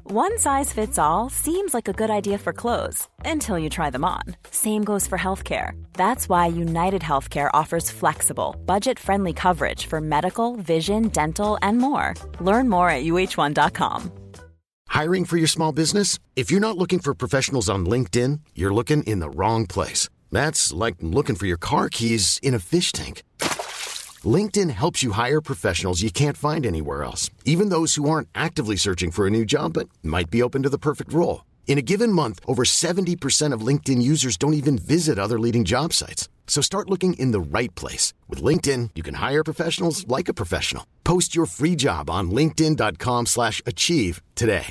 One size fits all seems like a good idea for clothes until you try them on. Same goes for healthcare. That's why United Healthcare offers flexible, budget-friendly coverage for medical, vision, dental, and more. Learn more at uh1.com. Hiring for your small business? If you're not looking for professionals on LinkedIn, you're looking in the wrong place. That's like looking for your car keys in a fish tank. LinkedIn helps you hire professionals you can't find anywhere else, even those who aren't actively searching for a new job but might be open to the perfect role. In a given month, over 70% of LinkedIn users don't even visit other leading job sites. So start looking in the right place. With LinkedIn, you can hire professionals like a professional. Post your free job on linkedin.com/achieve today.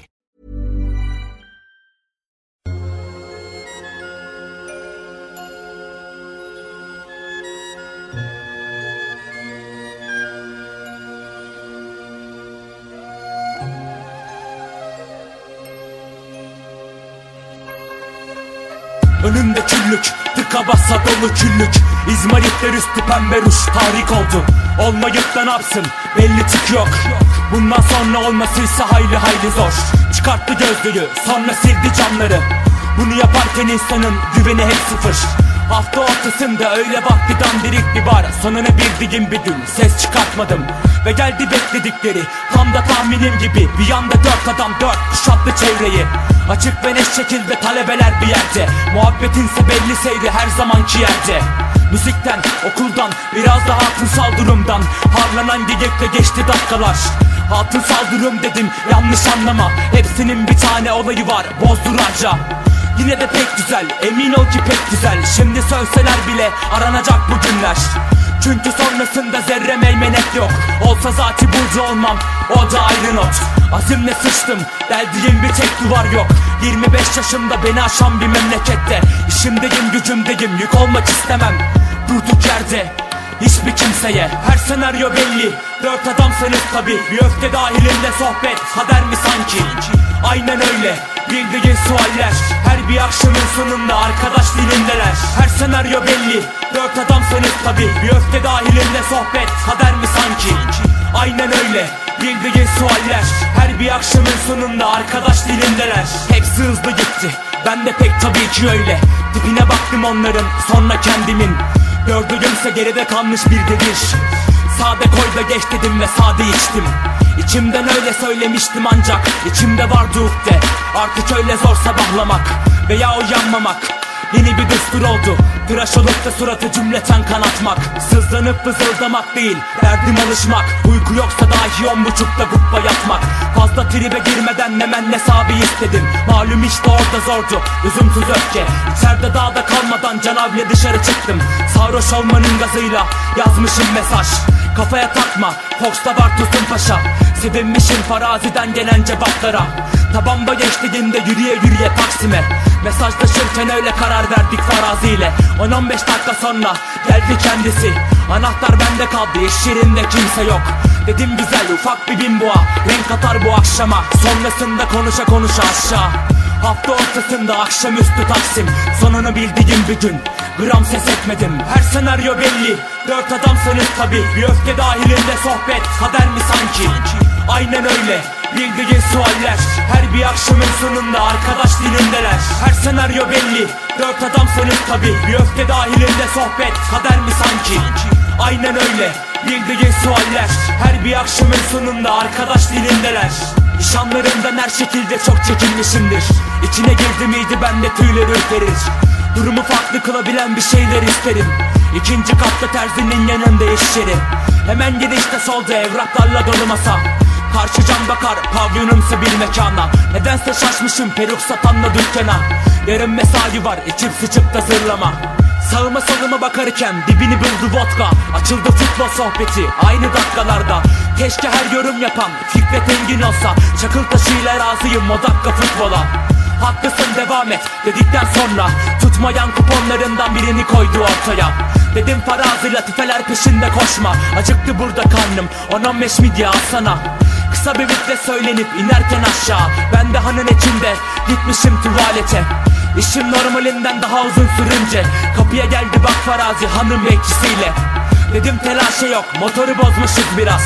Önünde küllük, tıka basa dolu küllük. İzmaritler üstü pembe ruj tahrik oldu. Olmayıp da ne yapsın, belli tık yok. Bundan sonra olmasıysa hayli hayli zor. Çıkarttı gözlüğü, sonra sildi camları. Bunu yaparken insanın güveni hep sıfır. Hafta ortasında öyle vakti dandirik bir bar. Sonunu bildiğim bir gün ses çıkartmadım. Ve geldi bekledikleri tam da tahminim gibi. Bir yanda 4 adam 4 kuşattı çevreyi. Açık ve net şekilde talebeler bir yerde. Muhabbetinse belli seyri her zamanki yerde. Müzikten, okuldan, biraz da hatınsal durumdan. Harlanan geyikle geçti dakikalar. Hatınsal durum dedim, yanlış anlama. Hepsinin bir tane olayı var, bozdurarca. Yine de pek güzel, emin ol ki pek güzel. Şimdi sönseler bile aranacak bu günler. Çünkü sonrasında zerre meymenet yok. Olsa zaten burcu olmam, o da ayrı not. Azimle sıçtım, deldiğim bir tek duvar yok. 25 yaşımda beni aşan bir memlekette. İşimdeyim, gücümdeyim, yük olmak istemem. Durduk yerde, hiçbir kimseye. Her senaryo belli, 4 adamsınız tabi. Bir öfke dahilinde sohbet, kader mi sanki? Aynen öyle, bildiğin sualler. Her bir akşamın sonunda arkadaş dilindeler. Her senaryo belli, 4 adamsınız tabi. Bir öfke dahilinde sohbet, kader mi sanki? Aynen öyle, bildiğin sualler. Her bir akşamın sonunda arkadaş dilindeler. Hepsi hızlı gitti, ben de pek tabii ki öyle. Tipine baktım onların, sonra kendimin. Gördüğümse geride kalmış bir devir. Sade koy da geç dedim ve sade içtim. İçimden öyle söylemiştim ancak içimde vardı ukde. Artık öyle zor sabahlamak veya uyanmamak. Yeni bir düstur oldu. Tıraş olup da suratı cümleten kanatmak. Sızlanıp vızıldamak değil, derdim alışmak. Uyku yoksa dahi 10.30'da guppa yatmak. Fazla tribe girmeden hemen hesabı istedim. Malum işte orada zordu, üzüntüz öfke. İçeride dağda kalmadan canavle dışarı çıktım. Sarhoş olmanın gazıyla yazmışım mesaj. Kafaya takma, Fox'ta var Tosun Paşa. Sevinmişim faraziden gelen cevaplara. Tabamba geçtiğinde yürüye yürüye Taksim'e. Mesajlaşırken öyle karar verdik faraziyle. 10-15 dakika sonra geldi kendisi. Anahtar bende kaldı, iş yerinde kimse yok. Dedim güzel ufak bir bimboğa, renk katar bu akşama. Sonrasında konuşa konuşa aşağı. Hafta ortasında akşamüstü Taksim. Sonunu bildiğim bir gün, gram ses etmedim. Her senaryo belli, 4 adamsınız tabi. Bir öfke dahilinde sohbet, kader mi sanki? Aynen öyle, bildiğin sualler. Her bir akşamın sonunda arkadaş dilindeler. Her senaryo belli, 4 adamsınız tabi. Bir öfke dahilinde sohbet, kader mi sanki? Aynen öyle, bildiğin sualler. Her bir akşamın sonunda arkadaş dilindeler. Nişanlarımdan her şekilde çok çekinmişimdir. İçine girdi miydi bende tüyler ürperir. Durumu farklı kılabilen bir şeyler isterim. İkinci katta terzinin yanında iş yeri. Hemen girişte solda evraklarla dolu masa. Karşı cam bakar pavyonumsu bir mekana. Nedense şaşmışım peruk satanla dükkana. Yarın mesai var içip sıçıp da zırlama. Sağıma soluma bakarken dibini buldu vodka. Açıldı futbol sohbeti aynı dakikalarda. Keşke her yorum yapan Fikret Engin olsa. Çakıl taşıyla razıyım o dakika futbola. Haklısın devam et dedikten sonra tutmayan kuponlarından birini koydu ortaya. Dedim farazi latifeler peşinde koşma. Acıktı burada karnım 10-15 midye alsana. Kısa bir bitle söylenip inerken aşağı. Ben de hanın içinde gitmişim tuvalete. İşim normalinden daha uzun sürünce kapıya geldi bak farazi hanım bekçisiyle. Dedim telaşa yok motoru bozmuşuz biraz.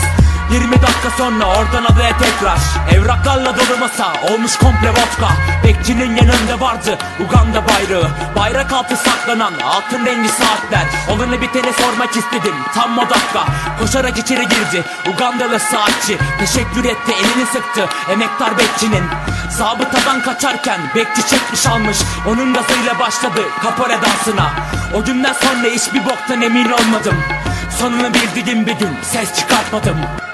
20 dakika sonra oradan adaya tekrar. Evraklarla dolu masa olmuş komple vodka. Bekçinin yanında vardı Uganda bayrağı. Bayrak altı saklanan altın rengi saatler. Olanı biteni sormak istedim tam o dakika. Koşarak içeri girdi Ugandalı saatçi. Teşekkür etti, elini sıktı emektar bekçinin. Zabıtadan kaçarken bekçi çekmiş almış. Onun gazıyla başladı kapora dansına. O günden sonra hiçbir boktan emin olmadım. Sonunu bildiğim bir gün ses çıkartmadım.